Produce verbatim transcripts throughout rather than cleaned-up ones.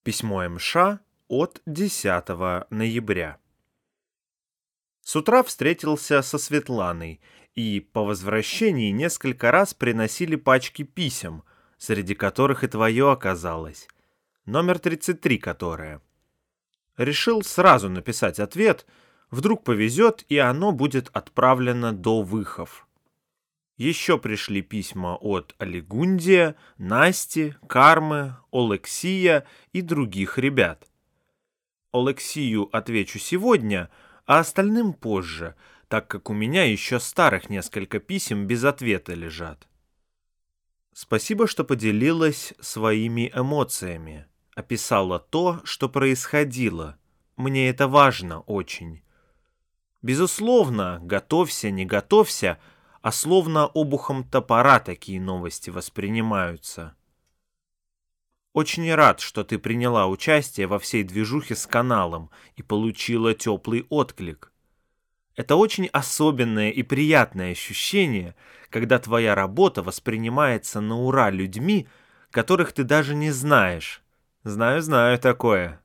Письмо МШ от десятого ноября. С утра встретился со Светланой, и по возвращении несколько раз приносили пачки писем, среди которых и твое оказалось, номер тридцать три которое. Решил сразу написать ответ, вдруг повезет, и оно будет отправлено до Выхов. Еще пришли письма от Алигундия, Насти, Кармы, Олексия и других ребят. Олексию отвечу сегодня, а остальным позже, так как у меня еще старых несколько писем без ответа лежат. Спасибо, что поделилась своими эмоциями, описала то, что происходило. Мне это важно очень. Безусловно, готовься, не готовься, а словно обухом топора такие новости воспринимаются. Очень рад, что ты приняла участие во всей движухе с каналом и получила теплый отклик. Это очень особенное и приятное ощущение, когда твоя работа воспринимается на ура людьми, которых ты даже не знаешь. Знаю-знаю такое.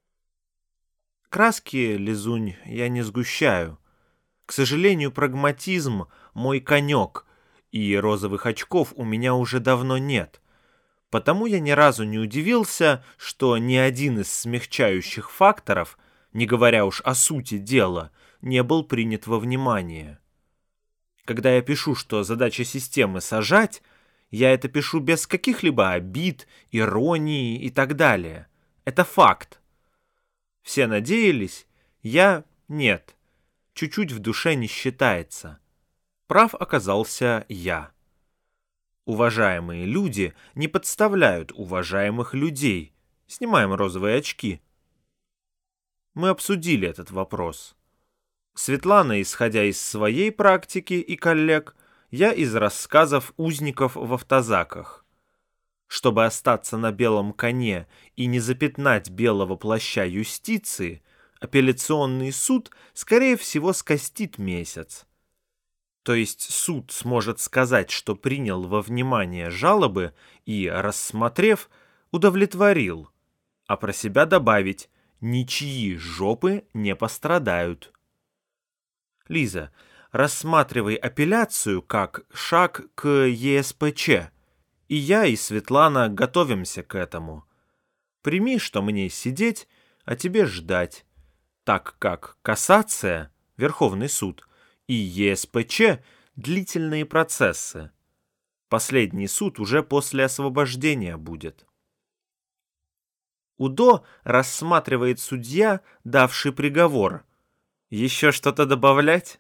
Краски, Лизунь, я не сгущаю. К сожалению, прагматизм — мой конек, и розовых очков у меня уже давно нет. Потому я ни разу не удивился, что ни один из смягчающих факторов, не говоря уж о сути дела, не был принят во внимание. Когда я пишу, что задача системы сажать, я это пишу без каких-либо обид, иронии и так далее. Это факт. Все надеялись, я — нет. Чуть-чуть в душе не считается. Прав оказался я. Уважаемые люди не подставляют уважаемых людей. Снимаем розовые очки. Мы обсудили этот вопрос. Светлана, исходя из своей практики и коллег, я из рассказов узников в автозаках. Чтобы остаться на белом коне и не запятнать белого плаща юстиции, апелляционный суд, скорее всего, скостит месяц. То есть суд сможет сказать, что принял во внимание жалобы и, рассмотрев, удовлетворил, а про себя добавить: ничьи жопы не пострадают. Лиза, рассматривай апелляцию как шаг к ЕСПЧ, и я, и Светлана готовимся к этому. Прими, что мне сидеть, а тебе ждать, так как кассация, Верховный суд, и ЕСПЧ – длительные процессы. Последний суд уже после освобождения будет. УДО рассматривает судья, давший приговор. Еще что-то добавлять?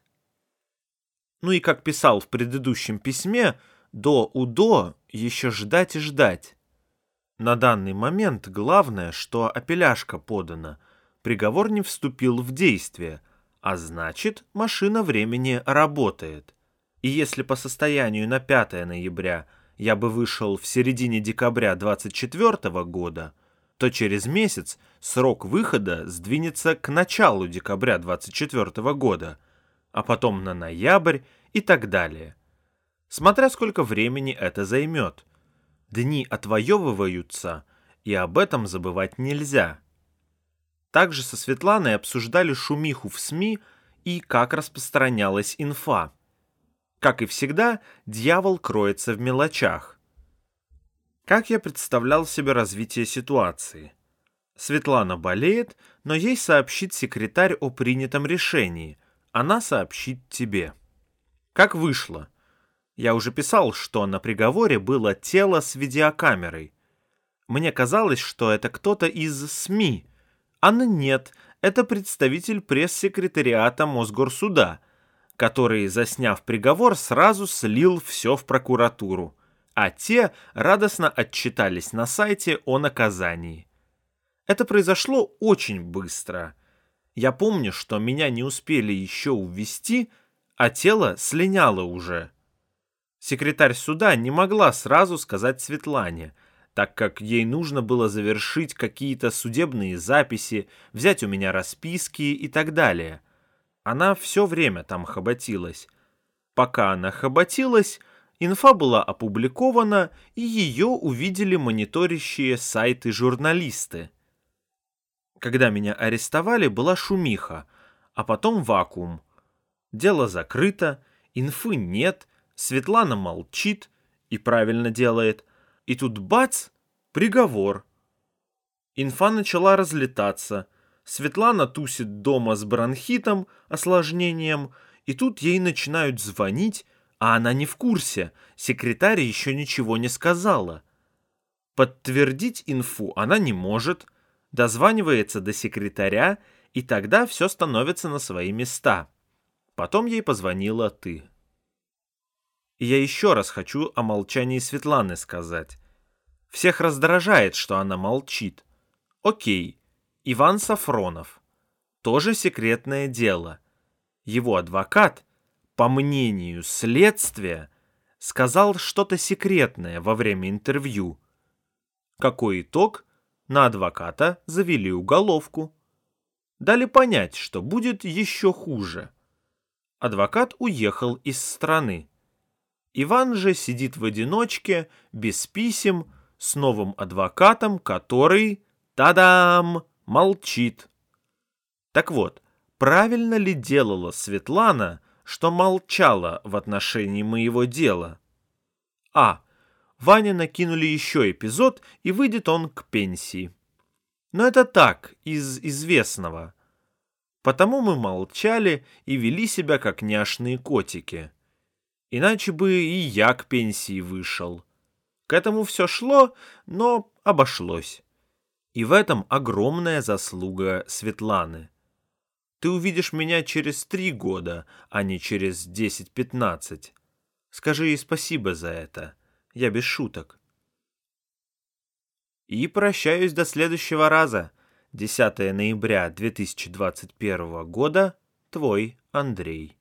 Ну и как писал в предыдущем письме, до УДО еще ждать и ждать. На данный момент главное, что апелляшка подана, приговор не вступил в действие, а значит, машина времени работает. И если по состоянию на пятое ноября я бы вышел в середине декабря двадцать четвёртого года, то через месяц срок выхода сдвинется к началу декабря двадцать четвёртого года, а потом на ноябрь и так далее. Смотря сколько времени это займет. Дни отвоевываются, и об этом забывать нельзя. Также со Светланой обсуждали шумиху в СМИ и как распространялась инфа. Как и всегда, дьявол кроется в мелочах. Как я представлял себе развитие ситуации? Светлана болеет, но ей сообщит секретарь о принятом решении. Она сообщит тебе. Как вышло? Я уже писал, что на приговоре было тело с видеокамерой. Мне казалось, что это кто-то из СМИ. А нет, это представитель пресс-секретариата Мосгорсуда, который, засняв приговор, сразу слил все в прокуратуру, а те радостно отчитались на сайте о наказании. Это произошло очень быстро. Я помню, что меня не успели еще увезти, а тело слиняло уже. Секретарь суда не могла сразу сказать Светлане, так как ей нужно было завершить какие-то судебные записи, взять у меня расписки и так далее. Она все время там хоботилась. Пока она хоботилась, инфа была опубликована, и ее увидели мониторящие сайты журналисты. Когда меня арестовали, была шумиха, а потом вакуум. Дело закрыто, инфы нет, Светлана молчит и правильно делает. И тут бац, приговор. Инфа начала разлетаться. Светлана тусит дома с бронхитом, осложнением, и тут ей начинают звонить, а она не в курсе, секретарь еще ничего не сказала. Подтвердить инфу она не может, дозванивается до секретаря, и тогда все становится на свои места. Потом ей позвонила ты. И я еще раз хочу о молчании Светланы сказать. Всех раздражает, что она молчит. Окей, Иван Сафронов. Тоже секретное дело. Его адвокат, по мнению следствия, сказал что-то секретное во время интервью. Какой итог? На адвоката завели уголовку. Дали понять, что будет еще хуже. Адвокат уехал из страны. Иван же сидит в одиночке, без писем, с новым адвокатом, который, та-дам, молчит. Так вот, правильно ли делала Светлана, что молчала в отношении моего дела? А. Ване накинули еще эпизод, и выйдет он к пенсии. Но это так, из известного. Потому мы молчали и вели себя как няшные котики. Иначе бы и я к пенсии вышел. К этому все шло, но обошлось. И в этом огромная заслуга Светланы. Ты увидишь меня через три года, а не через десять-пятнадцать. Скажи ей спасибо за это. Я без шуток. И прощаюсь до следующего раза. десятое ноября две тысячи двадцать первого года. Твой Андрей.